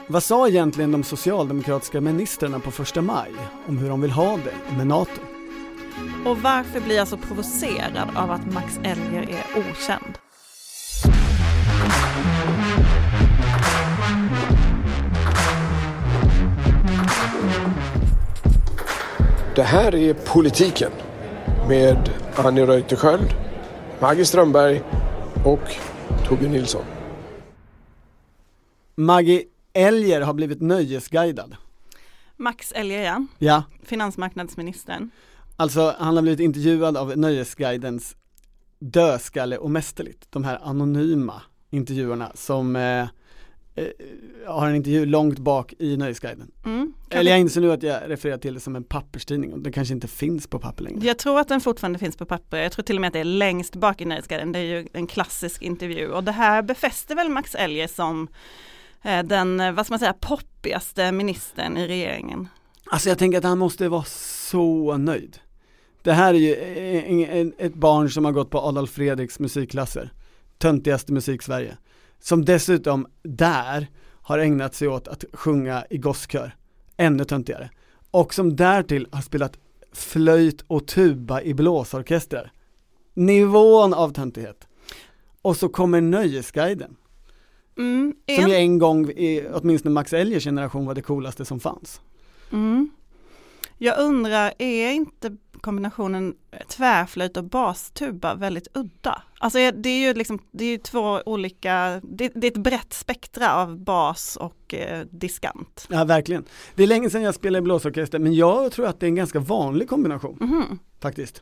Vad sa egentligen de socialdemokratiska ministrarna på 1 maj om hur de vill ha det med NATO? Och varför blir jag så provocerad av att Max Elger är okänd? Det här är Politiken med Annie Reuterskiöld, Maggie Strömberg och Torbjörn Nilsson. Maggie Elger har blivit nöjesguidad. Max Elger, Ja. Finansmarknadsministern. Alltså han har blivit intervjuad av Nöjesguidens Dödskalle och Mästerligt. De här anonyma intervjuerna som har en intervju långt bak i Nöjesguiden. Eller jag inser nu att jag refererar till det som en papperstidning och det kanske inte finns på papper längre. Jag tror att den fortfarande finns på papper. Jag tror till och med att det är längst bak i Nöjesguiden. Det är ju en klassisk intervju. Och det här befäster väl Max Elger som den, vad ska man säga, poppigaste ministern i regeringen. Alltså jag tänker att han måste vara så nöjd. Det här är ju ett barn som har gått på Adolf Fredriks musikklasser. Töntigaste musik Sverige. Som dessutom där har ägnat sig åt att sjunga i gosskör. Ännu töntigare. Och som därtill har spelat flöjt och tuba i blåsorkestrar. Nivån av töntighet. Och så kommer Nöjesguiden. Som ju en gång, åtminstone Max Elgers generation, var det coolaste som fanns. Jag undrar, är inte kombinationen tvärflöjt och bastuba väldigt udda? Alltså det är ju liksom, det är ju två olika, det är ett brett spektra av bas och diskant. Ja, verkligen. Det är länge sedan jag spelade i blåsorkester, men jag tror att det är en ganska vanlig kombination. Faktiskt.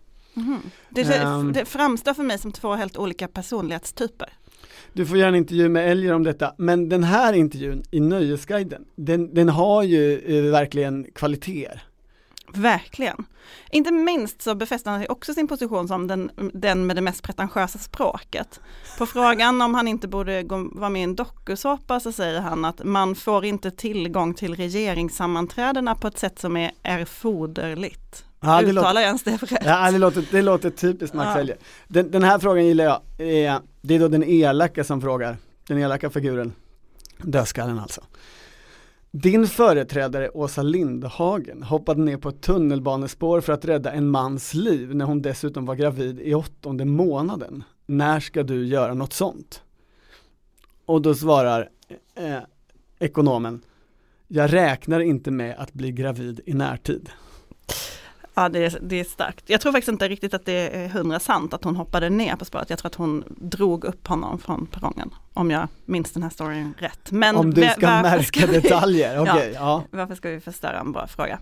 Det framstår för mig som två helt olika personlighetstyper. Du får göra en intervju med Elger om detta, men den här intervjun i Nöjesguiden, den har ju verkligen kvaliteter. Verkligen. Inte minst så befäster han också sin position som den med det mest pretentiösa språket. På frågan om han inte borde vara med i en dokusåpa så säger han att man får inte tillgång till regeringssammanträdena på ett sätt som är erforderligt. Ja, uttalar jag ens det rätt? Ja, det låter typiskt Max Elger. Den här frågan gillar jag. Det är då den elaka som frågar. Den elaka figuren. Dödskallen alltså. Din företrädare Åsa Lindhagen hoppade ner på ett tunnelbanespår för att rädda en mans liv när hon dessutom var gravid i 8:e månaden. När ska du göra något sånt? Och då svarar ekonomen: jag räknar inte med att bli gravid i närtid. Ja, det är starkt. Jag tror faktiskt inte riktigt att det är 100% sant att hon hoppade ner på spåret. Jag tror att hon drog upp honom från perrongen, om jag minns den här storyn rätt. Men om du ska märka detaljer. Okay, ja. Varför ska vi förstöra en bra fråga?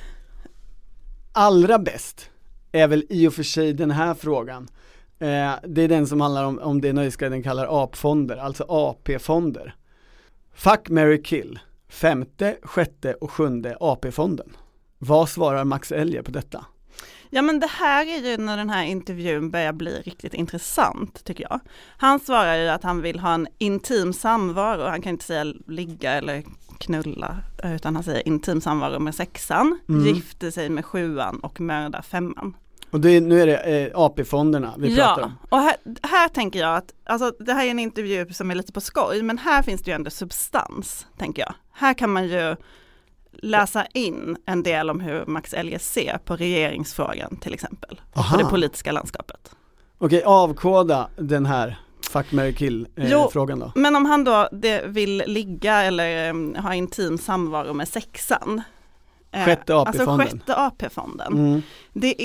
Allra bäst är väl i och för sig den här frågan. Det är den som handlar om det Nöjesguiden kallar AP-fonder, alltså AP-fonder. Fuck, marry, kill. 5:e, 6:e och 7:e AP-fonden. Vad svarar Max Elger på detta? Ja, men det här är ju när den här intervjun börjar bli riktigt intressant, tycker jag. Han svarar ju att han vill ha en intim samvaro. Han kan inte säga ligga eller knulla, utan han säger intim samvaro med 6:an, gifter sig med 7:an och mördar 5:an. Och nu är det AP-fonderna vi pratar om. Ja, och här tänker jag att alltså, det här är en intervju som är lite på skoj, men här finns det ju ändå substans, tänker jag. Här kan man ju läsa in en del om hur Max Elger ser på regeringsfrågan till exempel. Och på det politiska landskapet. Okej, avkoda den här fuck, marry, kill frågan då. Men om han då vill ligga eller ha intim samvaro med 6:an. 6:e AP-fonden. Alltså 6:e AP-fonden. Det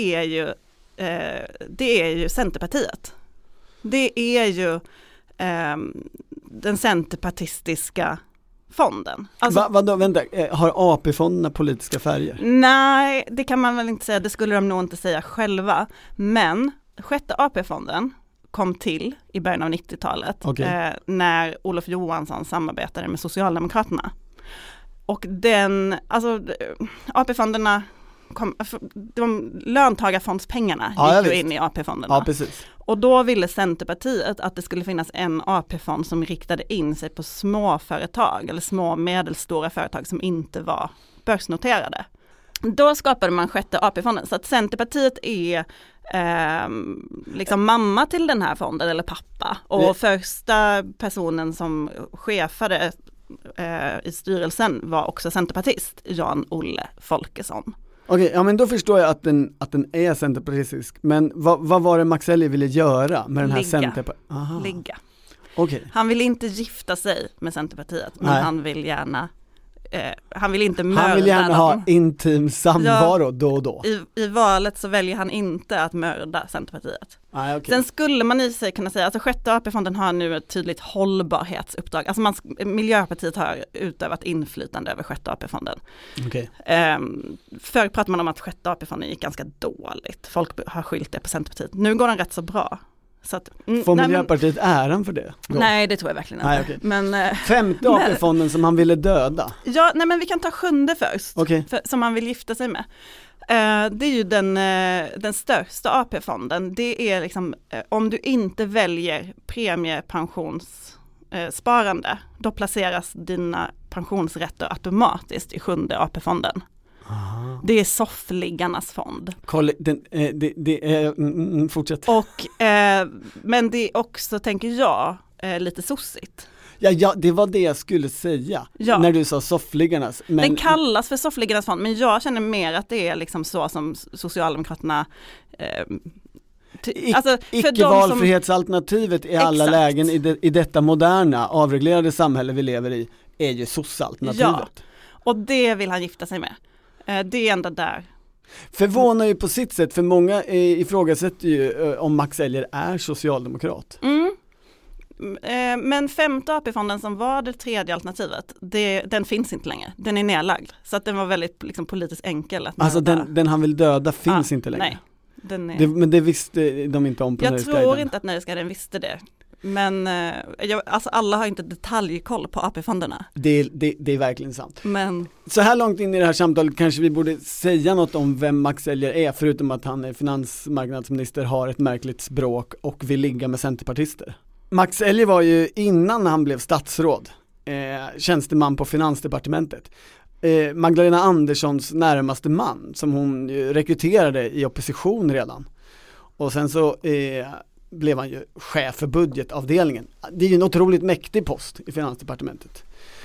är ju Centerpartiet. Det är ju den centerpartistiska fonden. Alltså, vadå, vänta, har AP-fonderna politiska färger? Nej, det kan man väl inte säga. Det skulle de nog inte säga själva. Men 6:e AP-fonden kom till i början av 90-talet när Olof Johansson samarbetade med Socialdemokraterna. Och AP-fonderna löntagarfondspengarna gick ju in i AP-fonderna. Ja, precis. Och då ville Centerpartiet att det skulle finnas en AP-fond som riktade in sig på småföretag eller små medelstora företag som inte var börsnoterade. Då skapade man 6:e AP-fonden, så att Centerpartiet är liksom mamma till den här fonden eller pappa. Och första personen som chefade i styrelsen var också centerpartist, Jan-Olle Folkesson. Okej, ja men då förstår jag att den är centerpartistisk. Men vad var det Max Elger ville göra med den här Centerpartiet? Ligga. Okay. Han vill inte gifta sig med Centerpartiet, men Nej. han vill gärna han vill inte mörda Han vill gärna dem. ha intim samvaro då och då. I valet så väljer han inte att mörda Centerpartiet. Nej, okay. Sen skulle man i sig kunna säga, alltså sjätte AP-fonden har nu ett tydligt hållbarhetsuppdrag. Alltså Miljöpartiet har utövat inflytande över sjätte AP-fonden. Okay. Förr pratade man om att sjätte AP-fonden gick ganska dåligt. Folk har skyllt det på Centerpartiet. Nu går den rätt så bra. Så att, får Miljöpartiet äran för det? Då? Nej, det tror jag verkligen inte. Okay. Men, femte AP-fonden som han ville döda? Ja, nej men vi kan ta sjunde först. Okay. Som han vill gifta sig med. Det är ju den största AP-fonden. Det är liksom, om du inte väljer premiepensionssparande, då placeras dina pensionsrätter automatiskt i sjunde AP-fonden. Aha. Det är soffliggarnas fond. Fortsätt. Och, men det är också, tänker jag, lite sossigt. Ja, det var det jag skulle säga när du sa soffliggarnas. Men... Den kallas för soffliggarnas fond, men jag känner mer att det är liksom så som Socialdemokraterna... Icke-valfrihetsalternativet i alla lägen i detta moderna, avreglerade samhälle vi lever i är ju sossalternativet. Ja, och det vill han gifta sig med. Det är ända där. Förvånar ju på sitt sätt, för många ifrågasätter ju om Max Elger är socialdemokrat. Men femte AP-fonden som var det tredje alternativet, den finns inte längre. Den är nedlagd. Så att den var väldigt liksom, politiskt enkel att alltså den han vill döda finns inte längre. Nej, men det visste de inte om på Nöjesguiden. Jag tror inte att Nöjesguiden visste det. Men alltså alla har inte detaljkoll på AP-fonderna. Det är verkligen sant. Men... Så här långt in i det här samtalet kanske vi borde säga något om vem Max Elger är, förutom att han är finansmarknadsminister, har ett märkligt språk och vill ligga med centerpartister. Max Elger var ju, innan han blev statsråd, tjänsteman på Finansdepartementet. Magdalena Anderssons närmaste man, som hon rekryterade i opposition redan. Och sen så blev han ju chef för budgetavdelningen. Det är ju en otroligt mäktig post i Finansdepartementet.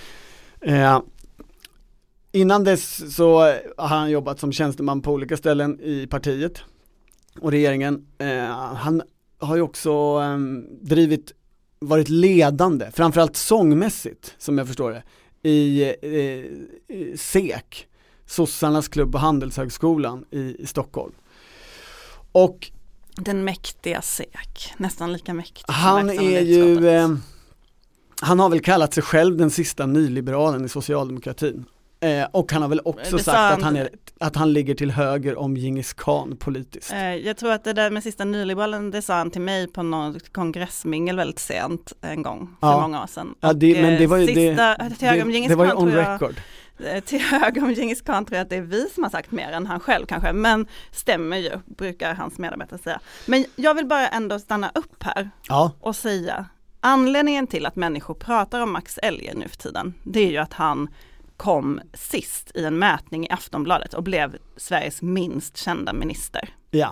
Innan dess så har han jobbat som tjänsteman på olika ställen i partiet och regeringen. Han har ju också varit ledande, framförallt sångmässigt som jag förstår det, i SEK, Sossarnas klubb på Handelshögskolan i Stockholm. Och den mäktiga SEK, nästan lika mäktig. Han är ju, han har väl kallat sig själv den sista nyliberalen i socialdemokratin. Och han har väl också sagt att han ligger till höger om Djingis Khan politiskt. Jag tror att det där med sista nyliberalen, det sa han till mig på någon kongressmingel väldigt sent en gång för många år sedan. Ja, men det var ju det var ju on record. Till höger om Djingis Khan tror jag att det är vi som har sagt mer än han själv kanske, men stämmer ju, brukar hans medarbetare säga. Men jag vill bara ändå stanna upp här och säga, anledningen till att människor pratar om Max Elger nu för tiden, det är ju att han kom sist i en mätning i Aftonbladet och blev Sveriges minst kända minister. Ja.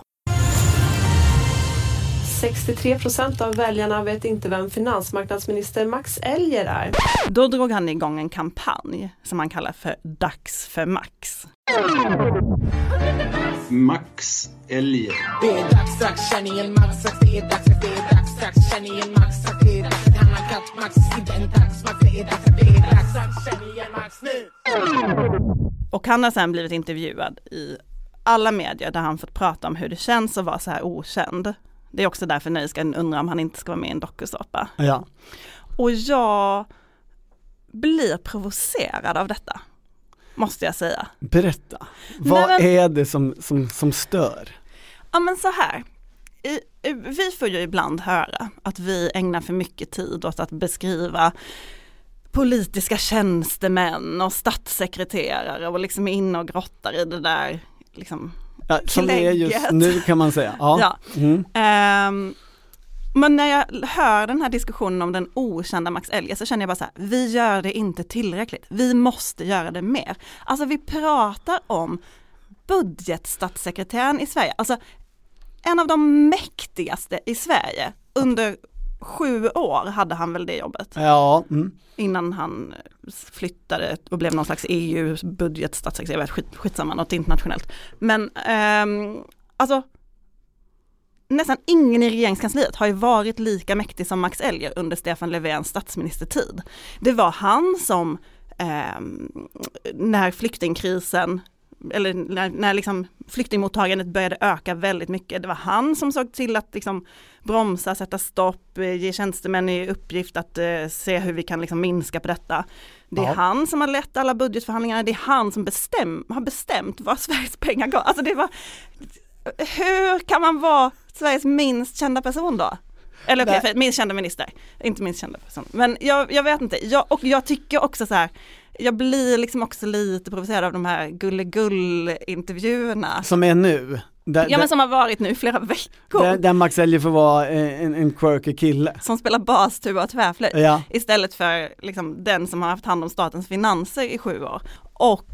63% av väljarna vet inte vem finansmarknadsminister Max Elger är. Då drog han igång en kampanj som han kallar för Dags för Max. Max Elger. Det är dags känner en Max, det är dags känner en Max, det är dags han har katt Max i den dags, det är dags känner en Max nu. Och han har sen blivit intervjuad i alla medier där han fått prata om hur det känns att vara så här okänd. Det är också därför Nöjesguiden undrar om han inte ska vara med i en dokusåpa. Ja. Och jag blir provocerad av detta, måste jag säga. Berätta. Vad är det som stör? Ja, men så här. Vi får ju ibland höra att vi ägnar för mycket tid åt att beskriva politiska tjänstemän och statssekreterare och liksom in och grottar i det där liksom som det är just nu kan man säga. Ja. Men när jag hör den här diskussionen om den okända Max Elger så känner jag bara så här, vi gör det inte tillräckligt. Vi måste göra det mer. Alltså vi pratar om budgetstatssekreteraren i Sverige. Alltså en av de mäktigaste i Sverige. Under 7 år hade han väl det jobbet. Ja. Innan han flyttade och blev någon slags EU-budgetstatssekreterare, skitsamma, något internationellt. Men alltså nästan ingen i regeringskansliet har ju varit lika mäktig som Max Elger under Stefan Löfvens statsministertid. Det var han som när flyktingkrisen eller när liksom flyktingmottagandet började öka väldigt mycket. Det var han som såg till att liksom bromsa, sätta stopp, ge tjänstemän i uppgift att se hur vi kan liksom minska på detta. Det är han som har lett alla budgetförhandlingarna. Det är han som har bestämt vad Sveriges pengar går. Alltså det var, hur kan man vara Sveriges minst kända person då? Eller minst kända minister, inte minst kända person. Men jag vet inte. Jag tycker också så här, jag blir liksom också lite provocerad av de här gull-intervjuerna. Som är nu? Men som har varit nu flera veckor. Där Max Elger får vara en quirky kille. Som spelar bastuba och tvärflöjt. Ja. Istället för liksom den som har haft hand om statens finanser i 7 år. Och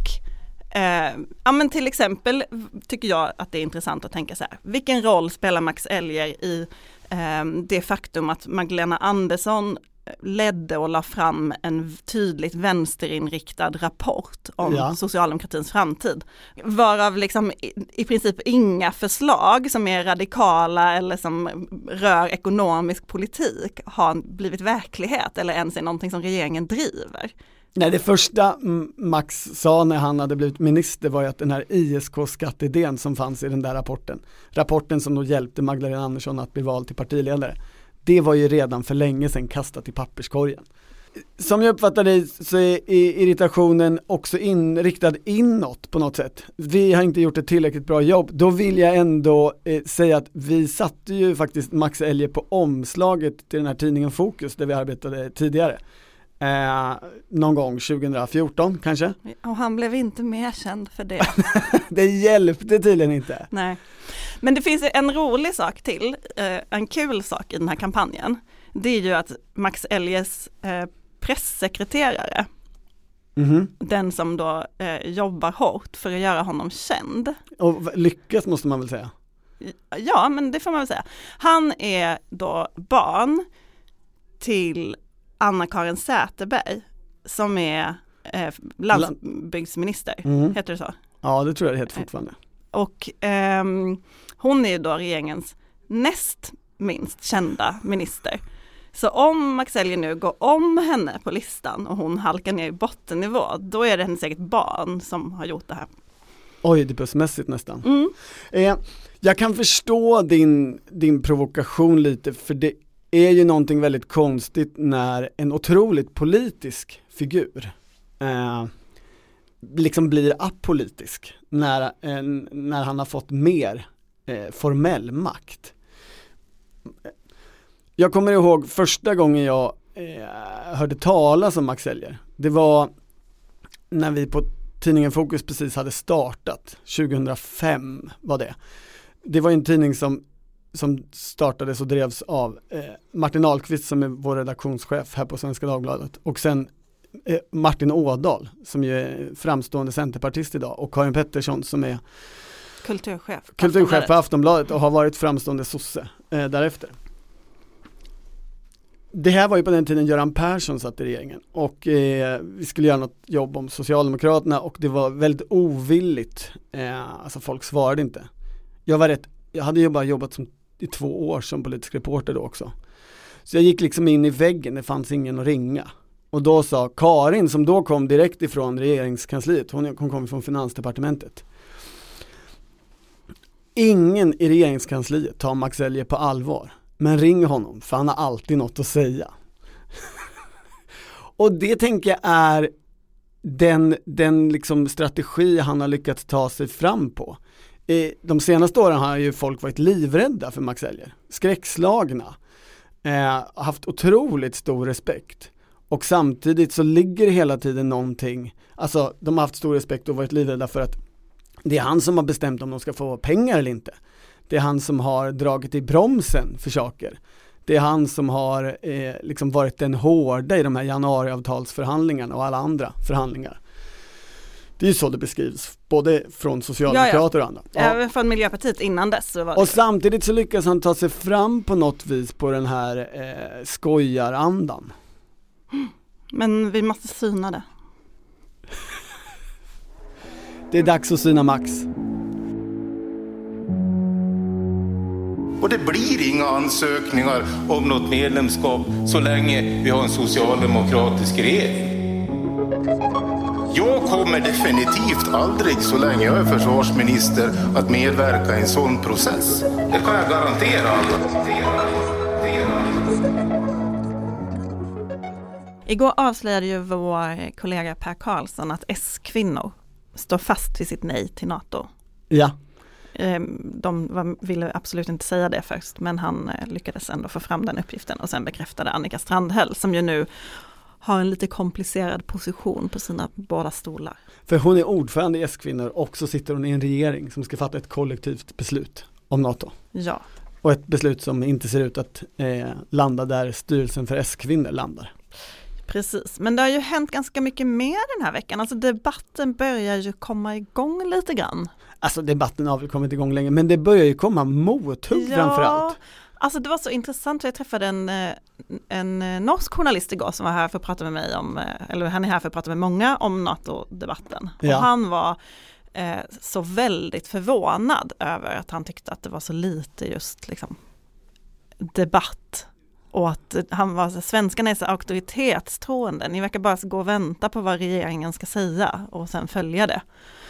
men till exempel tycker jag att det är intressant att tänka så här. Vilken roll spelar Max Elger i det faktum att Magdalena Andersson ledde och la fram en tydligt vänsterinriktad rapport om socialdemokratins framtid. Varav liksom i princip inga förslag som är radikala eller som rör ekonomisk politik har blivit verklighet eller ens är någonting som regeringen driver. Nej, det första Max sa när han hade blivit minister var ju att den här ISK-skattidén som fanns i den där rapporten som då hjälpte Magdalena Andersson att bli vald till partiledare, det var ju redan för länge sedan kastat i papperskorgen. Som jag uppfattar det så är irritationen också inriktad inåt på något sätt. Vi har inte gjort ett tillräckligt bra jobb. Då vill jag ändå säga att vi satte ju faktiskt Max Elger på omslaget till den här tidningen Fokus där vi arbetade tidigare. Någon gång 2014 kanske. Och han blev inte mer känd för det. Det hjälpte tydligen inte. Nej. Men det finns en rolig sak till, en kul sak i den här kampanjen. Det är ju att Max Elgers pressekreterare, den som då jobbar hårt för att göra honom känd. Och lyckas måste man väl säga. Ja, men det får man väl säga. Han är då barn till Anna-Karin Säterberg som är landsbygdsminister, heter det så? Ja, det tror jag det heter fortfarande. Och hon är ju då regeringens näst minst kända minister. Så om Max Elger nu går om henne på listan och hon halkar ner i bottennivå, då är det hennes eget barn som har gjort det här. Oj, det är bussmässigt nästan. Jag kan förstå din provokation lite, för det är ju någonting väldigt konstigt när en otroligt politisk figur liksom blir apolitisk när han har fått mer formell makt. Jag kommer ihåg första gången jag hörde talas om Max Elger. Det var när vi på tidningen Fokus precis hade startat. 2005 var det. Det var en tidning som startades och drevs av Martin Ahlqvist som är vår redaktionschef här på Svenska Dagbladet. Och sen Martin Ådahl som ju är framstående centerpartist idag och Karin Pettersson som är kulturchef på Aftonbladet och har varit framstående sosse därefter. Det här var ju på den tiden Göran Persson satt i regeringen och vi skulle göra något jobb om Socialdemokraterna och det var väldigt ovilligt. Alltså folk svarade inte. Jag hade ju bara jobbat i 2 år som politisk reporter då också. Så jag gick liksom in i väggen, det fanns ingen att ringa. Och då sa Karin, som då kom direkt ifrån regeringskansliet, hon kom från Finansdepartementet. Ingen i regeringskansliet tar Max Elger på allvar. Men ring honom, för han har alltid något att säga. Och det tänker jag är den liksom strategi han har lyckats ta sig fram på. De senaste åren har ju folk varit livrädda för Max Elger. Skräckslagna. Haft otroligt stor respekt. Och samtidigt så ligger hela tiden någonting. Alltså de har haft stor respekt och varit livrädda för att det är han som har bestämt om de ska få pengar eller inte. Det är han som har dragit i bromsen för saker. Det är han som har liksom varit den hårda i de här januariavtalsförhandlingarna och alla andra förhandlingar. Det är ju så det beskrivs, både från socialdemokrater och andra. Ja. Från Miljöpartiet innan dess. Så var det. Och samtidigt så lyckas han ta sig fram på något vis på den här skojarandan. Men vi måste syna det. Det är dags att syna Max. Och det blir inga ansökningar om något medlemskap så länge vi har en socialdemokratisk regering. Jag kommer definitivt aldrig, så länge jag är försvarsminister, att medverka i en sån process. Det kan jag garantera alla. Igår avslöjade ju vår kollega Per Karlsson att S-kvinnor står fast vid sitt nej till NATO. Ja. Ville absolut inte säga det först, men han lyckades ändå få fram den uppgiften och sen bekräftade Annika Strandhäll, som ju nu har en lite komplicerad position på sina båda stolar. För hon är ordförande i S-kvinnor och så sitter hon i en regering som ska fatta ett kollektivt beslut om NATO. Ja. Och ett beslut som inte ser ut att landa där styrelsen för S-kvinnor landar. Precis, men det har ju hänt ganska mycket mer den här veckan. Alltså debatten börjar ju komma igång lite grann. Alltså debatten har väl kommit igång länge, men det börjar ju komma mothugg framförallt. Alltså det var så intressant, jag träffade en norsk journalist igår som var här för att prata med mig om, eller han är här för att prata med många om NATO-debatten. Ja. Och han var så väldigt förvånad över att han tyckte att det var så lite just liksom debatt. Och att svenskarna är så auktoritetstroende. Ni verkar bara gå och vänta på vad regeringen ska säga och sen följa det.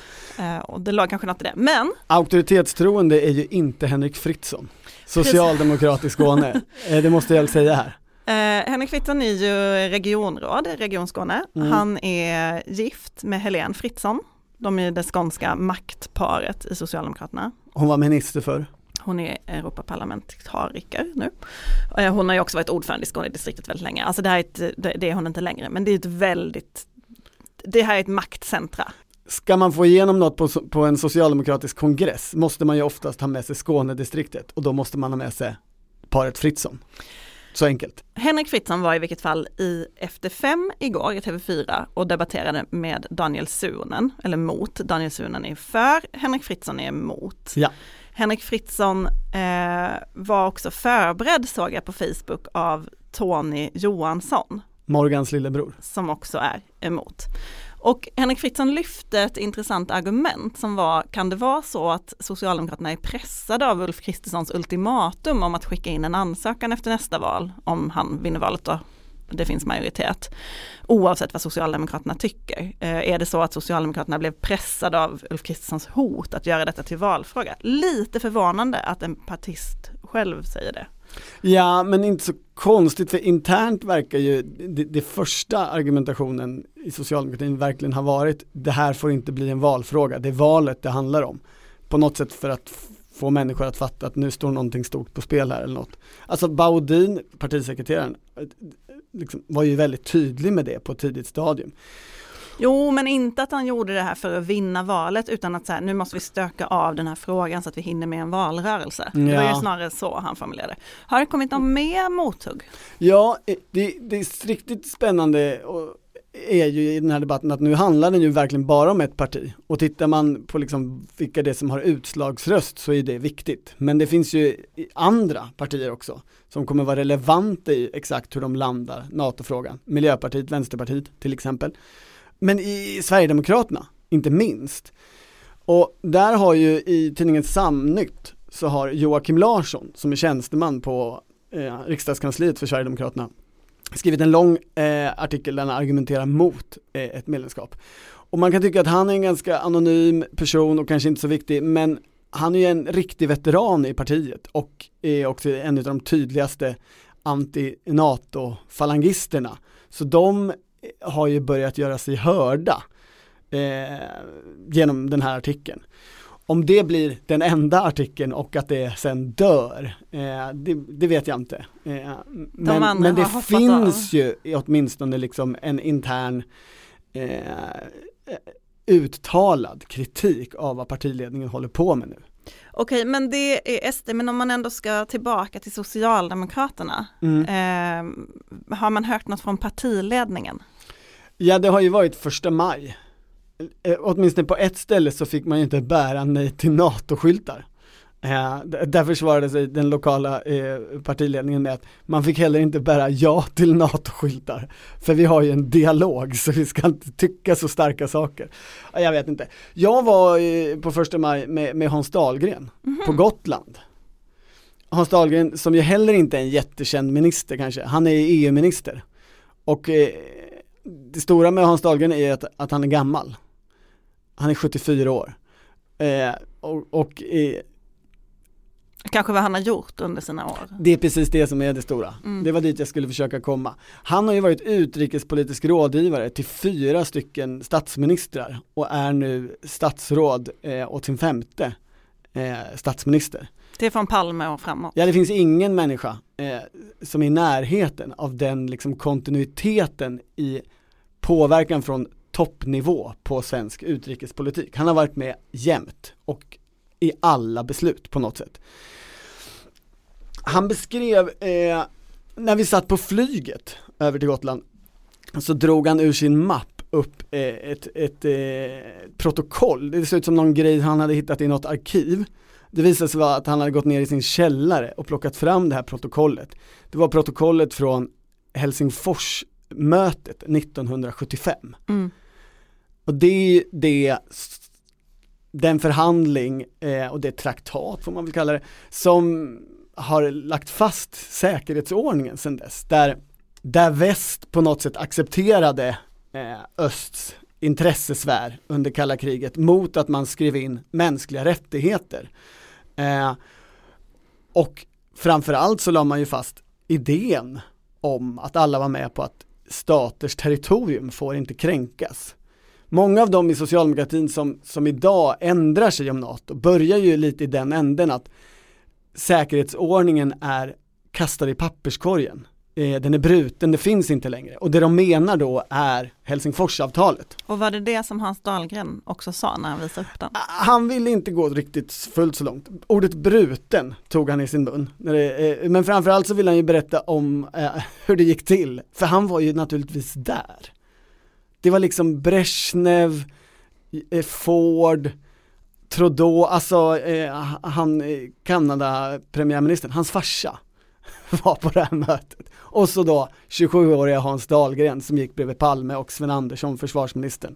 Och det låg kanske något i det. Men auktoritetstroende är ju inte Henrik Fritzon, socialdemokratisk Skåne. Det måste jag säga här. Henrik Fritzon är ju regionråd i Region Skåne. Han är gift med Helene Fritzon. De är det skånska maktparet i Socialdemokraterna. Hon var minister för. Hon är Europaparlamentariker nu. Hon har ju också varit ordförande i Skånedistriktet väldigt länge. Alltså det är hon inte längre. Men det är det här är ett maktcentra. Ska man få igenom något på en socialdemokratisk kongress måste man ju oftast ha med sig Skånedistriktet. Och då måste man ha med sig paret Fritzon. Så enkelt. Henrik Fritzon var i vilket fall i Efter 5 igår i TV4 och debatterade med Daniel Suhonen. Eller mot. Daniel Suhonen är för, Henrik Fritzon är emot. Ja. Henrik Fritzon var också förberedd, såg jag på Facebook, av Tony Johansson. Morgans lillebror. Som också är emot. Och Henrik Fritzon lyfte ett intressant argument som var, kan det vara så att Socialdemokraterna är pressade av Ulf Kristerssons ultimatum om att skicka in en ansökan efter nästa val, om han vinner valet då det finns majoritet, oavsett vad Socialdemokraterna tycker. Är det så att Socialdemokraterna blev pressade av Ulf Kristerssons hot att göra detta till valfråga? Lite förvånande att en partist själv säger det. Ja, men inte så konstigt, för internt verkar ju det första argumentationen i socialdemokratin verkligen ha varit: det här får inte bli en valfråga, det är valet det handlar om. På något sätt för att få människor att fatta att nu står någonting stort på spel här eller något. Alltså Baudin, partisekreteraren, liksom var ju väldigt tydlig med det på ett tidigt stadium. Jo, men inte att han gjorde det här för att vinna valet, utan att så här, nu måste vi stöka av den här frågan så att vi hinner med en valrörelse. Ja. Det var ju snarare så han formulerade. Har det kommit någon mer mothugg? Ja, det är riktigt spännande och är ju i den här debatten att nu handlar den ju verkligen bara om ett parti. Och tittar man på liksom vilka det som har utslagsröst så är det viktigt. Men det finns ju andra partier också som kommer vara relevanta i exakt hur de landar NATO-frågan. Miljöpartiet, Vänsterpartiet till exempel. Men i Sverigedemokraterna, inte minst. Och där har ju i tidningen Samnytt så har Joakim Larsson, som är tjänsteman på riksdagskansliet för Sverigedemokraterna, skrivit en lång artikel där han argumenterar mot ett medlemskap. Och man kan tycka att han är en ganska anonym person och kanske inte så viktig, men han är ju en riktig veteran i partiet och är också en av de tydligaste anti-NATO-falangisterna. Så de har ju börjat göra sig hörda genom den här artikeln. Om det blir den enda artikeln och att det sen dör, det vet jag inte. Men det finns ju åtminstone liksom en intern uttalad kritik av vad partiledningen håller på med nu. Okej, men det är SD, men om man ändå ska tillbaka till Socialdemokraterna, har man hört något från partiledningen? Ja, det har ju varit 1 maj. Åtminstone på ett ställe så fick man ju inte bära nej till NATO-skyltar. Där försvarade sig den lokala partiledningen med att man fick heller inte bära ja till NATO-skyltar. För vi har ju en dialog, så vi ska inte tycka så starka saker. Jag vet inte. Jag var på 1 maj med Hans Dahlgren på Gotland. Hans Dahlgren, som ju heller inte är en jättekänd minister kanske. Han är EU-minister. Och det stora med Hans Dahlgren är att han är gammal. Han är 74 år. Kanske vad han har gjort under sina år. Det är precis det som är det stora. Det var dit jag skulle försöka komma. Han har ju varit utrikespolitisk rådgivare till 4 stycken statsministrar och är nu statsråd åt sin 5:e statsminister. Det är från Palme och framåt. Ja, det finns ingen människa som är i närheten av den liksom kontinuiteten i påverkan från toppnivå på svensk utrikespolitik. Han har varit med jämt och i alla beslut på något sätt. Han beskrev, när vi satt på flyget över till Gotland, så drog han ur sin mapp upp ett protokoll. Det ser ut som någon grej han hade hittat i något arkiv. Det visade sig vara att han hade gått ner i sin källare och plockat fram det här protokollet. Det var protokollet från Helsingforsmötet 1975. Och det är den förhandling och det traktat, får man väl kalla det, som har lagt fast säkerhetsordningen sedan dess. Där väst på något sätt accepterade östs intressesfär under kalla kriget mot att man skrev in mänskliga rättigheter. Och framförallt så la man ju fast idén om att alla var med på att staters territorium får inte kränkas. Många av dem i socialdemokratin som idag ändrar sig om NATO börjar ju lite i den änden att säkerhetsordningen är kastad i papperskorgen. Den är bruten, det finns inte längre. Och det de menar då är Helsingforsavtalet. Och var det som Hans Dahlgren också sa när han visade upp den? Han ville inte gå riktigt fullt så långt. Ordet bruten tog han i sin mun. Men framförallt så ville han ju berätta om hur det gick till. För han var ju naturligtvis där. Det var liksom Brezhnev, Ford, Trudeau, alltså han Kanada premiärministern, hans farsa var på det här mötet. Och så då 27-åriga Hans Dahlgren som gick bredvid Palme och Sven Andersson, försvarsministern.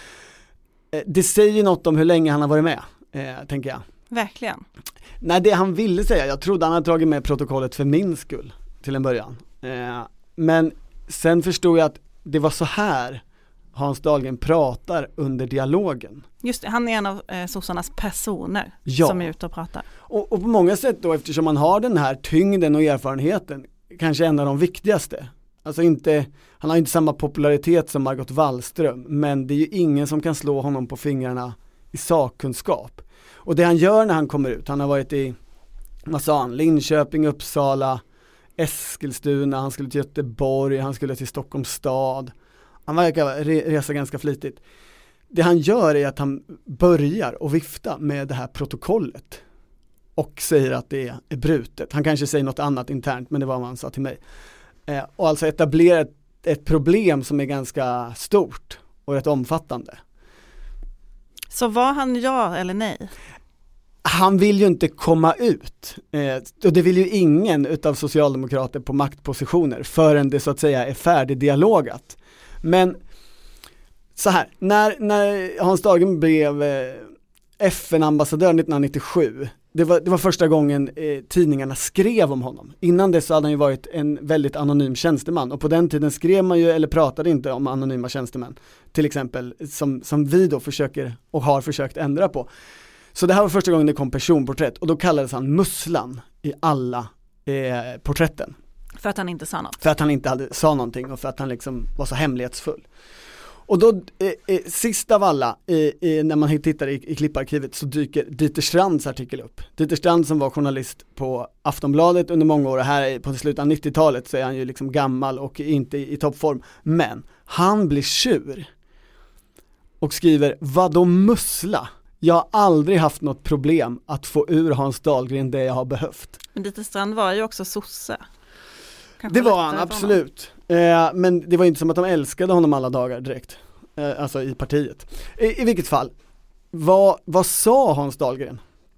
Det säger något om hur länge han har varit med, tänker jag. Verkligen. Nej, det han ville säga, jag trodde han hade dragit med protokollet för min skull till en början. Men sen förstod jag att det var så här Hans Dahlgren pratar under dialogen. Just det, han är en av sossarnas personer som är ute och pratar. Och på många sätt då, eftersom man har den här tyngden och erfarenheten, kanske en av de viktigaste. Alltså han har inte samma popularitet som Margot Wallström, men det är ju ingen som kan slå honom på fingrarna i sakkunskap. Och det han gör när han kommer ut, han har varit i Linköping, Uppsala, Eskilstuna, han skulle till Göteborg, han skulle till Stockholms stad. Han verkar resa ganska flitigt. Det han gör är att han börjar och vifta med det här protokollet och säger att det är brutet. Han kanske säger något annat internt, men det var vad han sa till mig. Och alltså etablera ett problem som är ganska stort och rätt omfattande. Så var han ja eller nej? Han vill ju inte komma ut. Och det vill ju ingen utav socialdemokrater på maktpositioner förrän det så att säga är färdigdialogat. Men så här, när Hans Dahlgren blev FN-ambassadör 1997, det var första gången tidningarna skrev om honom. Innan dess hade han ju varit en väldigt anonym tjänsteman, och på den tiden skrev man ju eller pratade inte om anonyma tjänstemän, till exempel, som vi då försöker och har försökt ändra på. Så det här var första gången det kom personporträtt, och då kallades han Musslan i alla porträtten. För att han inte sa något? För att han inte sa någonting och för att han liksom var så hemlighetsfull. Och då sist av alla, när man tittar i klipparkivet, så dyker Dieter Strands artikel upp. Dieter Strand som var journalist på Aftonbladet under många år, och här på slutet av 90-talet så är han ju liksom gammal och inte i toppform. Men han blir tjur och skriver: vadå mussla? Jag har aldrig haft något problem att få ur Hans Dahlgren det jag har behövt. Men Dieter Strand var ju också sosse. Det var han, absolut. Men det var inte som att de älskade honom alla dagar direkt. Alltså i partiet. I vilket fall, vad sa Hans Dahlgren?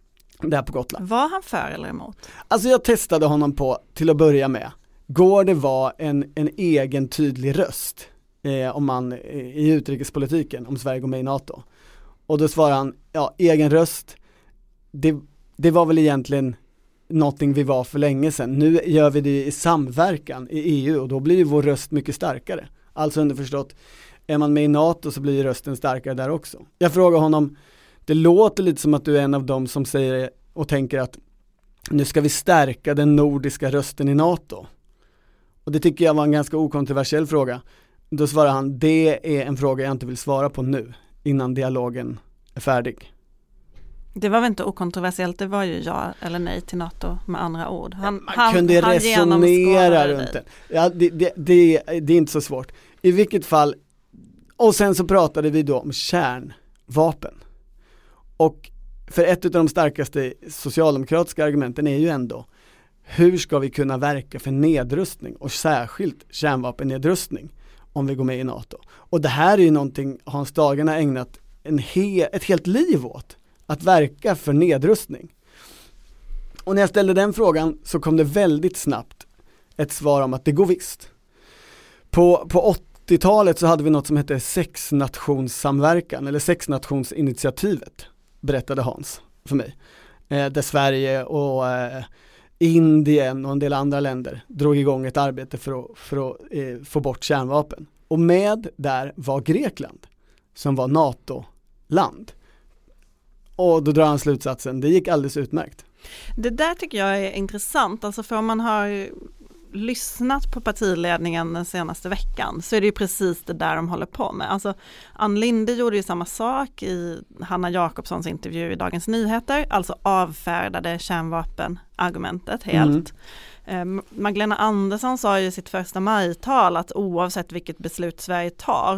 där på Gotland. Var han för eller emot? Alltså jag testade honom på, till att börja med, går det vara en egen tydlig röst om man i utrikespolitiken, om Sverige går med i NATO? Och då svarar han, ja, egen röst, det var väl egentligen någonting vi var för länge sedan. Nu gör vi det i samverkan i EU och då blir ju vår röst mycket starkare. Alltså underförstått, är man med i NATO så blir rösten starkare där också. Jag frågar honom, det låter lite som att du är en av dem som säger och tänker att nu ska vi stärka den nordiska rösten i NATO. Och det tycker jag var en ganska okontroversiell fråga. Då svarar han, det är en fråga jag inte vill svara på nu, innan dialogen är färdig. Det var väl inte okontroversiellt, det var ju ja eller nej till NATO med andra ord. Man kunde resonera runt det. Ja, det är inte så svårt. I vilket fall, och sen så pratade vi då om kärnvapen. Och för ett av de starkaste socialdemokratiska argumenten är ju ändå, hur ska vi kunna verka för nedrustning och särskilt kärnvapennedrustning om vi går med i NATO? Och det här är ju någonting Hans Dahlgren har ägnat ett helt liv åt, att verka för nedrustning. Och när jag ställde den frågan så kom det väldigt snabbt ett svar om att det går visst. På 80-talet så hade vi något som hette sexnationssamverkan eller sexnationsinitiativet, berättade Hans för mig. Där Sverige och Indien och en del andra länder drog igång ett arbete för att få bort kärnvapen. Och med där var Grekland som var NATO-land. Och då drar han slutsatsen, det gick alldeles utmärkt. Det där tycker jag är intressant, alltså för om man har lyssnat på partiledningen den senaste veckan så är det ju precis det där de håller på med. Alltså Ann Linde gjorde ju samma sak i Hanna Jakobssons intervju i Dagens Nyheter, alltså avfärdade kärnvapenargumentet helt. Magdalena Andersson sa ju i sitt första majtal att oavsett vilket beslut Sverige tar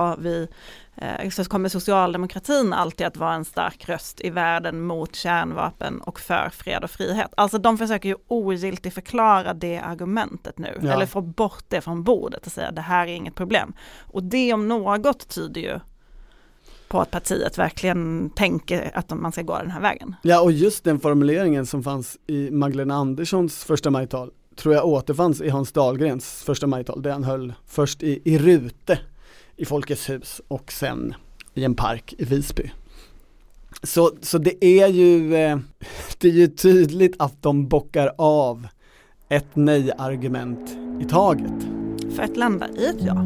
så kommer socialdemokratin alltid att vara en stark röst i världen mot kärnvapen och för fred och frihet. Alltså de försöker ju ogiltigt förklara det argumentet nu, eller få bort det från bordet och säga att det här är inget problem. Och det om något tyder ju på att partiet verkligen tänker att man ska gå den här vägen. Ja, och just den formuleringen som fanns i Magdalena Anderssons första majtal tror jag återfanns i Hans Dahlgrens första majtal, där han höll först i Rute i Folkets hus och sen i en park i Visby. Så det är ju tydligt att de bockar av ett nej-argument i taget. För att landa i ett ja.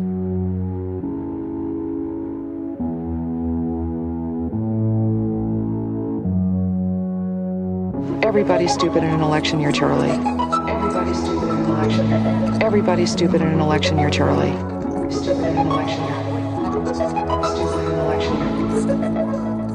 Everybody's stupid in an election year, Charlie. Everybody's stupid in an election year. Everybody's stupid in an election year, Charlie. Stupid in an election year. Stupid in an election year.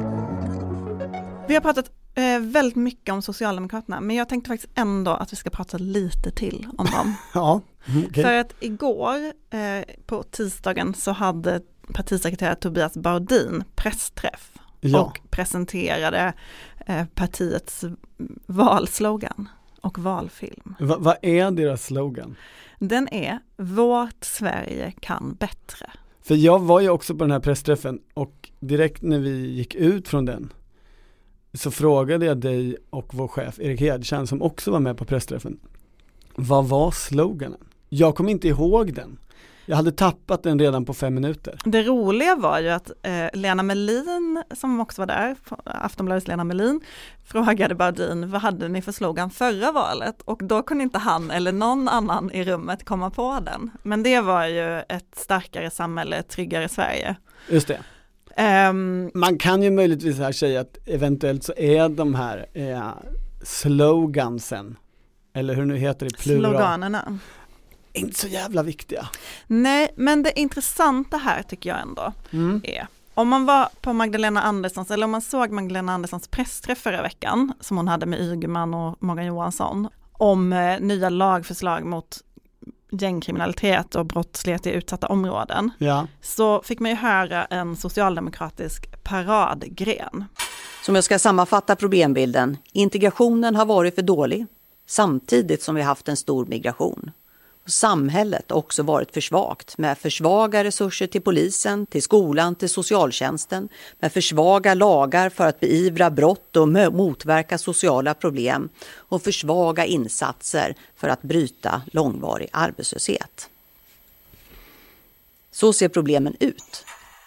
Vi har pratat väldigt mycket om Socialdemokraterna, men jag tänkte faktiskt ändå att vi ska prata lite till om dem. Ja, okay. För att igår på tisdagen så hade partisekreterare Tobias Baudin pressträff och presenterade partiets valslogan och valfilm. Vad är deras slogan? Den är Vårt Sverige kan bättre. För jag var ju också på den här pressträffen och direkt när vi gick ut från den så frågade jag dig och vår chef Erik Hedtjärn som också var med på pressträffen. Vad var sloganen? Jag kom inte ihåg den. Jag hade tappat den redan på 5 minuter. Det roliga var ju att Lena Melin, som också var där, Aftonbladets Lena Melin, frågade Baudin, vad hade ni för slogan förra valet? Och då kunde inte han eller någon annan i rummet komma på den. Men det var ju ett starkare samhälle, ett tryggare Sverige. Just det. Man kan ju möjligtvis här säga att eventuellt så är de här slogansen, eller hur nu heter det, plural. Sloganerna. Inte så jävla viktiga. Nej, men det intressanta här tycker jag ändå är, om man var på Magdalena Anderssons, eller om man såg Magdalena Anderssons pressträff förra veckan, som hon hade med Ygeman och Morgan Johansson, om nya lagförslag mot gängkriminalitet och brottslighet i utsatta områden, så fick man ju höra en socialdemokratisk paradgren. Som jag ska sammanfatta problembilden, integrationen har varit för dålig, samtidigt som vi haft en stor migration. Samhället har också varit för svagt med för svaga resurser till polisen, till skolan, till socialtjänsten, med för svaga lagar för att beivra brott och motverka sociala problem och för svaga insatser för att bryta långvarig arbetslöshet. Så ser problemen ut.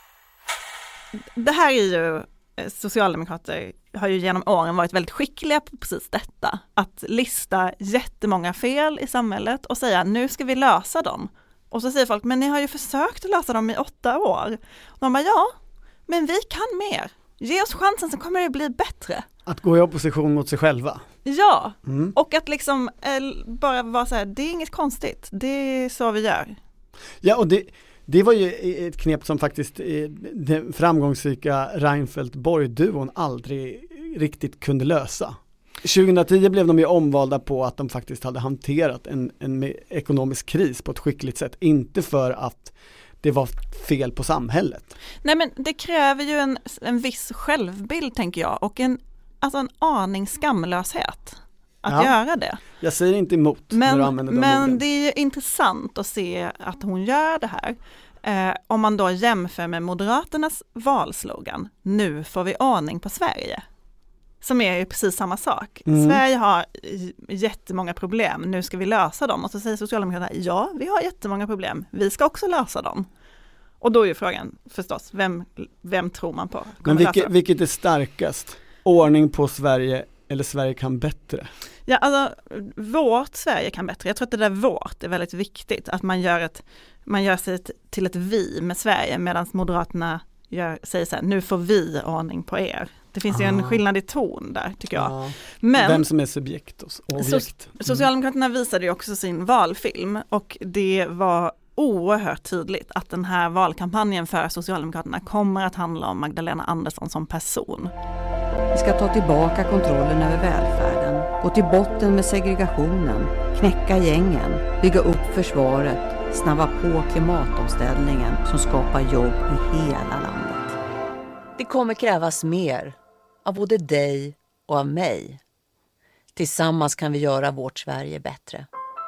Det här är ju, socialdemokrater har ju genom åren varit väldigt skickliga på precis detta. Att lista jättemånga fel i samhället och säga nu ska vi lösa dem. Och så säger folk, men ni har ju försökt att lösa dem i 8 år. Och de bara, ja, men vi kan mer. Ge oss chansen så kommer det bli bättre. Att gå i opposition mot sig själva. Ja, och att liksom bara vara så här, det är inget konstigt. Det är så vi gör. Ja, och det var ju ett knep som faktiskt den framgångsrika Reinfeldt-Borg-duon aldrig riktigt kunde lösa. 2010 blev de ju omvalda på att de faktiskt hade hanterat en ekonomisk kris på ett skickligt sätt. Inte för att det var fel på samhället. Nej, men det kräver ju en viss självbild, tänker jag. Och en aning skamlöshet att göra det. Jag säger inte emot när du använder de orden. Men det är ju intressant att se att hon gör det här. Om man då jämför med Moderaternas valslogan, nu får vi ordning på Sverige. Som är ju precis samma sak. Sverige har jättemånga problem, nu ska vi lösa dem. Och så säger Socialdemokraterna, ja, vi har jättemånga problem, vi ska också lösa dem. Och då är ju frågan förstås, vem tror man på? Men vilket är starkast? Ordning på Sverige eller Sverige kan bättre? Ja, alltså vårt Sverige kan bättre. Jag tror att det där vårt är väldigt viktigt. Att man gör sig till ett vi med Sverige, medan Moderaterna säger så här, nu får vi ordning på er. Det finns ju en skillnad i ton där, tycker jag. Men vem som är subjekt och objekt. Socialdemokraterna visade ju också sin valfilm, och det var oerhört tydligt att den här valkampanjen för Socialdemokraterna kommer att handla om Magdalena Andersson som person. Vi ska ta tillbaka kontrollen över välfärden, gå till botten med segregationen, knäcka gängen, bygga upp försvaret, snabba på klimatomställningen som skapar jobb i hela landet. Det kommer krävas mer av både dig och av mig. Tillsammans kan vi göra vårt Sverige bättre.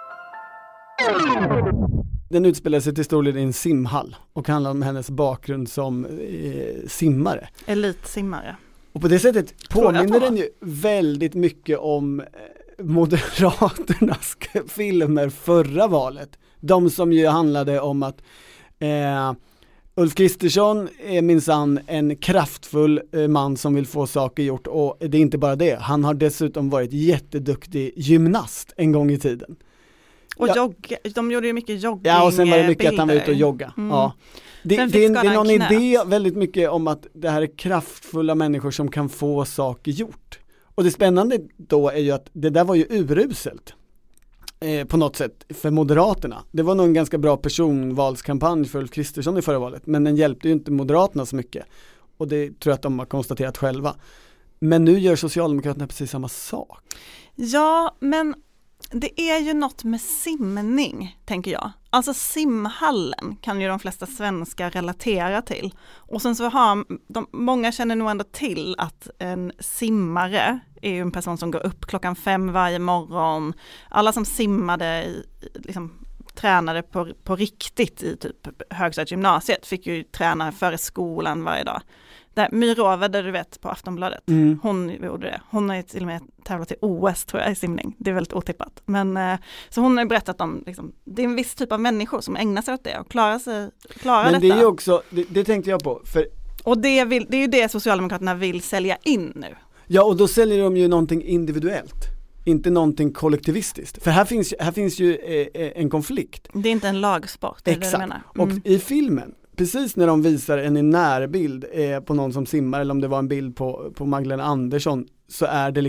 Den utspelar sig till stor del i en simhall och handlar om hennes bakgrund som simmare. Elitsimmare. Och på det sättet påminner den ju väldigt mycket om Moderaternas filmer förra valet. De som ju handlade om att Ulf Kristersson är minsann en kraftfull man som vill få saker gjort, och det är inte bara det. Han har dessutom varit jätteduktig gymnast en gång i tiden. Och de gjorde ju mycket jogging. Ja, och sen var det mycket att han var ute och jogga. Ja. Det är någon idé väldigt mycket om att det här är kraftfulla människor som kan få saker gjort. Och det spännande då är ju att det där var ju uruselt på något sätt för Moderaterna. Det var nog en ganska bra personvalskampanj för Ulf Kristersson i förra valet, men den hjälpte ju inte Moderaterna så mycket. Och det tror jag att de har konstaterat själva. Men nu gör Socialdemokraterna precis samma sak. Ja, men det är ju något med simning, tänker jag. Alltså simhallen kan ju de flesta svenskar relatera till. Och sen så har många känner nog ändå till att en simmare är ju en person som går upp 5:00 varje morgon. Alla som simmade, tränade på riktigt i typ högstadiegymnasiet fick ju träna före skolan varje dag. Myråver, där du vet, på Aftonbladet. Hon gjorde det. Hon har ju till och med tävlat i OS, tror jag, i simning. Det är väldigt otippat. Men, så hon har ju berättat om, det är en viss typ av människor som ägnar sig åt det och klarar detta. Men det är ju också, det tänkte jag på. Och det är ju det Socialdemokraterna vill sälja in nu. Ja, och då säljer de ju någonting individuellt. Inte någonting kollektivistiskt. För här finns ju en konflikt. Det är inte en lagsport, det är det du menar. Och i filmen, precis när de visar en närbild på någon som simmar, eller om det var en bild på Magdalena Andersson, så är det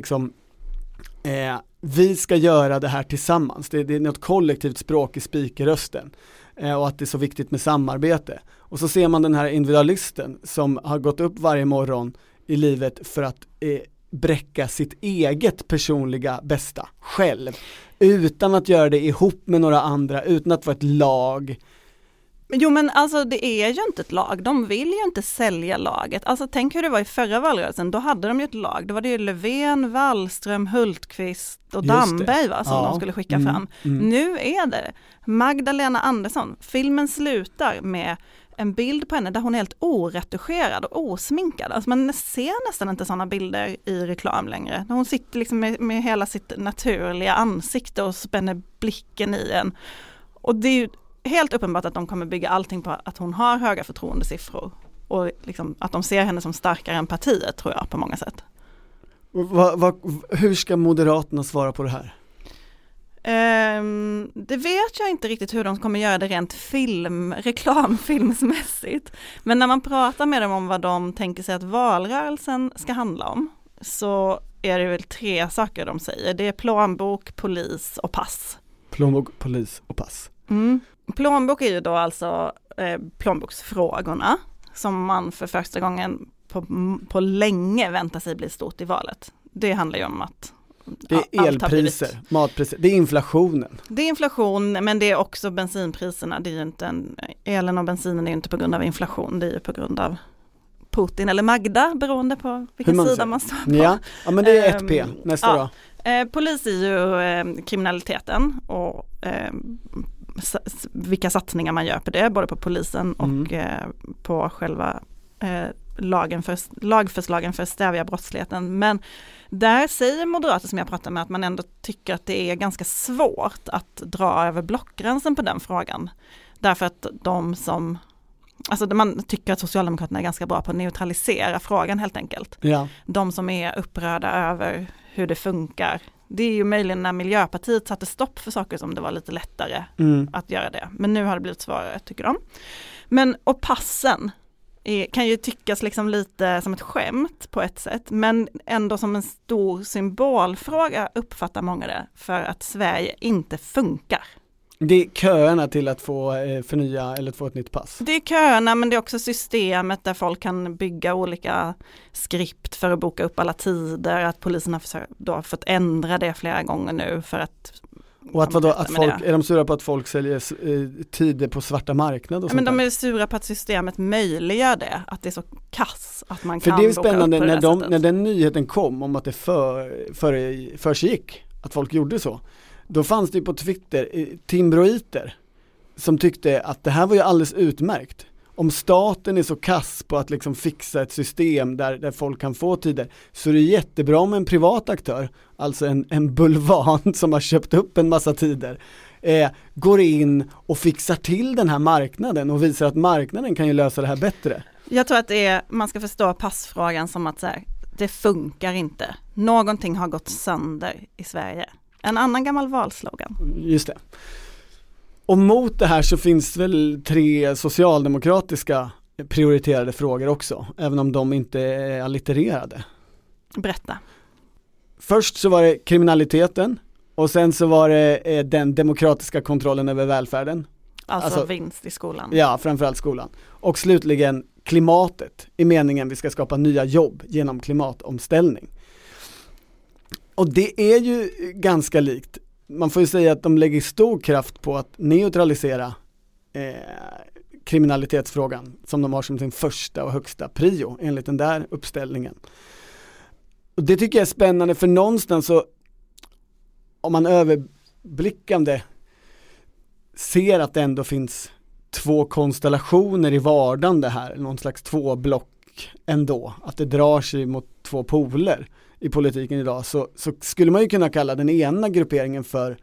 vi ska göra det här tillsammans. Det är något kollektivt språk i spikerrösten, och att det är så viktigt med samarbete. Och så ser man den här individualisten som har gått upp varje morgon i livet för att bräcka sitt eget personliga bästa själv, utan att göra det ihop med några andra, utan att vara ett lag. Jo men alltså det är ju inte ett lag, de vill ju inte sälja laget. Alltså tänk hur det var i förra valrörelsen, då hade de ju ett lag. Då var det ju Löfven, Wallström, Hultqvist och Damberg som de skulle skicka fram. Nu är det Magdalena Andersson. Filmen slutar med en bild på henne där hon är helt oretuscherad och osminkad. Alltså man ser nästan inte sådana bilder i reklam längre. Hon sitter liksom med hela sitt naturliga ansikte och spänner blicken i en. Och det är ju helt uppenbart att de kommer bygga allting på att hon har höga förtroendesiffror. Och liksom att de ser henne som starkare än partiet, tror jag, på många sätt. Hur ska Moderaterna svara på det här? Det vet jag inte riktigt hur de kommer göra det rent reklamfilmsmässigt. Men när man pratar med dem om vad de tänker sig att valrörelsen ska handla om, så är det väl 3 saker de säger. Det är plånbok, polis och pass. Plånbok, polis och pass. Plånbok är ju då alltså plånboksfrågorna som man för första gången på länge väntar sig bli stort i valet. Det handlar ju om att det är elpriser, matpriser, det är inflationen. Det är inflation, men det är också bensinpriserna. Det är ju inte elen och bensinen är ju inte på grund av inflation, det är ju på grund av Putin eller Magda, beroende på vilken sida man står på. Ja, men det är 1P nästa då. Polis är ju kriminaliteten och vilka satsningar man gör på det, både på polisen och på själva lagförslagen för att stävja brottsligheten. Men där säger moderater som jag pratar med att man ändå tycker att det är ganska svårt att dra över blockgränsen på den frågan. Därför att man tycker att Socialdemokraterna är ganska bra på att neutralisera frågan helt enkelt. Ja. De som är upprörda över hur det funkar. Det är ju möjligen när Miljöpartiet satte stopp för saker som det var lite lättare att göra det. Men nu har det blivit svårare, tycker de. Och passen kan ju tyckas liksom lite som ett skämt på ett sätt, men ändå som en stor symbolfråga uppfattar många det, för att Sverige inte funkar. Det är köerna till att få förnya eller få ett nytt pass. Det är köerna, men det är också systemet där folk kan bygga olika skript för att boka upp alla tider, att polisen har fått ändra det flera gånger nu för att. Och att är de sura på att folk säljer tider på svarta marknader? Och men de är sura på att systemet möjliggör det, att det är så kass att man för kan det är boka spännande upp på det när den nyheten kom om att det försiggick, att folk gjorde så. Då fanns det ju på Twitter timbroiter som tyckte att det här var ju alldeles utmärkt. Om staten är så kass på att liksom fixa ett system där folk kan få tider, så är det jättebra med en privat aktör, alltså en bulvan som har köpt upp en massa tider, går in och fixar till den här marknaden och visar att marknaden kan ju lösa det här bättre. Jag tror att man ska förstå passfrågan som att det funkar inte. Någonting har gått sönder i Sverige. En annan gammal valslogan. Just det. Och mot det här så finns väl 3 socialdemokratiska prioriterade frågor också, även om de inte är allittererade. Berätta. Först så var det kriminaliteten, och sen så var det den demokratiska kontrollen över välfärden. Alltså vinst i skolan. Ja, framförallt skolan. Och slutligen klimatet, i meningen vi ska skapa nya jobb genom klimatomställning. Och det är ju ganska likt. Man får ju säga att de lägger stor kraft på att neutralisera kriminalitetsfrågan som de har som sin första och högsta prio enligt den där uppställningen. Och det tycker jag är spännande, för någonstans så, om man överblickande ser att det ändå finns 2 konstellationer i vardagen det här, någon slags 2 block ändå, att det drar sig mot 2 poler i politiken idag, så skulle man ju kunna kalla den ena grupperingen för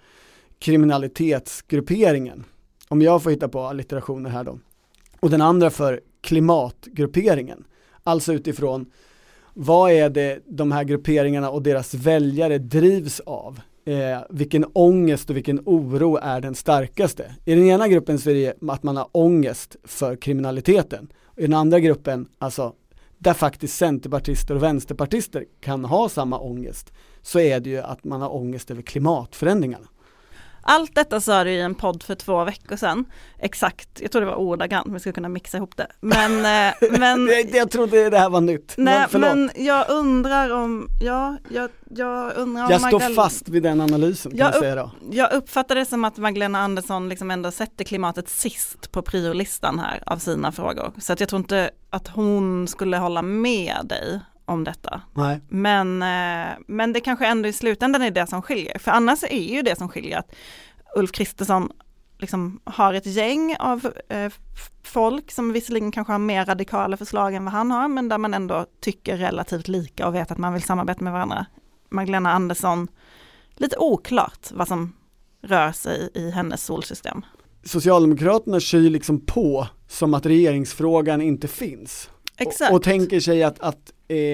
kriminalitetsgrupperingen, om jag får hitta på allitterationer här då, och den andra för klimatgrupperingen, alltså utifrån vad är det de här grupperingarna och deras väljare drivs av, vilken ångest och vilken oro är den starkaste. I den ena gruppen så är det att man har ångest för kriminaliteten, och i den andra gruppen, alltså där faktiskt centerpartister och vänsterpartister kan ha samma ångest, så är det ju att man har ångest över klimatförändringarna. Allt detta sa du i en podd för 2 veckor sedan. Exakt, jag tror det var ordagrant, vi skulle kunna mixa ihop det. Men jag trodde det här var nytt. Nej, men jag undrar om... Jag står fast vid den analysen, kan jag säga då. Jag uppfattar det som att Magdalena Andersson liksom ändå sätter klimatet sist på priolistan här av sina frågor. Så att jag tror inte att hon skulle hålla med dig om detta. Nej. Men det kanske ändå i slutändan är det som skiljer. För annars är ju det som skiljer att Ulf Kristersson liksom har ett gäng av folk som visserligen kanske har mer radikala förslag än vad han har, men där man ändå tycker relativt lika och vet att man vill samarbeta med varandra. Magdalena Andersson, lite oklart vad som rör sig i hennes solsystem. Socialdemokraterna kyr liksom på som att regeringsfrågan inte finns. Exakt. Och tänker sig att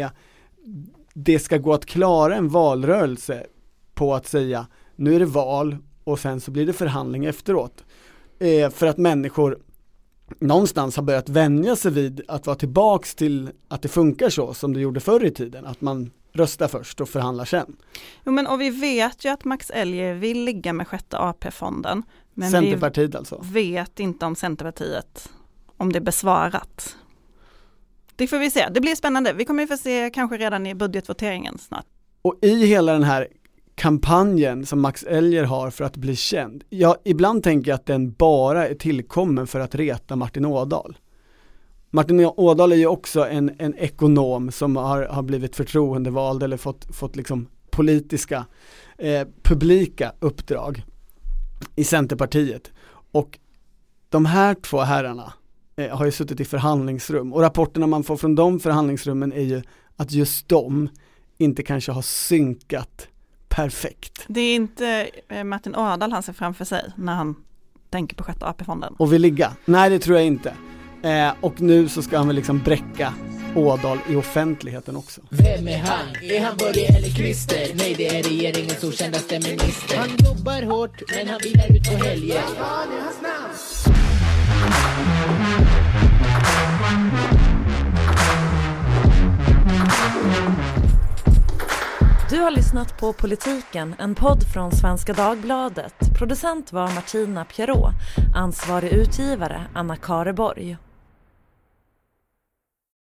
det ska gå att klara en valrörelse på att säga nu är det val och sen så blir det förhandling efteråt. För att människor någonstans har börjat vänja sig vid att vara tillbaks till att det funkar så som det gjorde förr i tiden. Att man röstar först och förhandlar sen. Jo, men och vi vet ju att Max Elger vill ligga med 6:e AP-fonden. Men Centerpartiet alltså. Vet inte om Centerpartiet, om det är besvarat. Det får vi se. Det blir spännande. Vi kommer ju få se kanske redan i budgetvoteringen snart. Och i hela den här kampanjen som Max Elger har för att bli känd. Ibland tänker jag att den bara är tillkommen för att reta Martin Ådahl. Martin Ådahl är ju också en ekonom som har blivit förtroendevald eller fått liksom politiska, publika uppdrag i Centerpartiet. Och de här 2 herrarna har ju suttit i förhandlingsrum. Och rapporterna man får från de förhandlingsrummen är ju att just de inte kanske har synkat perfekt. Det är inte Martin Ådahl han ser framför sig när han tänker på 6:e AP-fonden. Och vill ligga? Nej, det tror jag inte. Och nu så ska han väl liksom bräcka Ådahl i offentligheten också. Vem är han? Är han Börje eller Christer? Nej, det är regeringens okändaste minister. Han jobbar hårt, men han vilar ut på helger. Ja, nu är hans namn. Du har lyssnat på Politiken, en podd från Svenska Dagbladet. Producent var Martina Pierrot, ansvarig utgivare Anna Kareborg.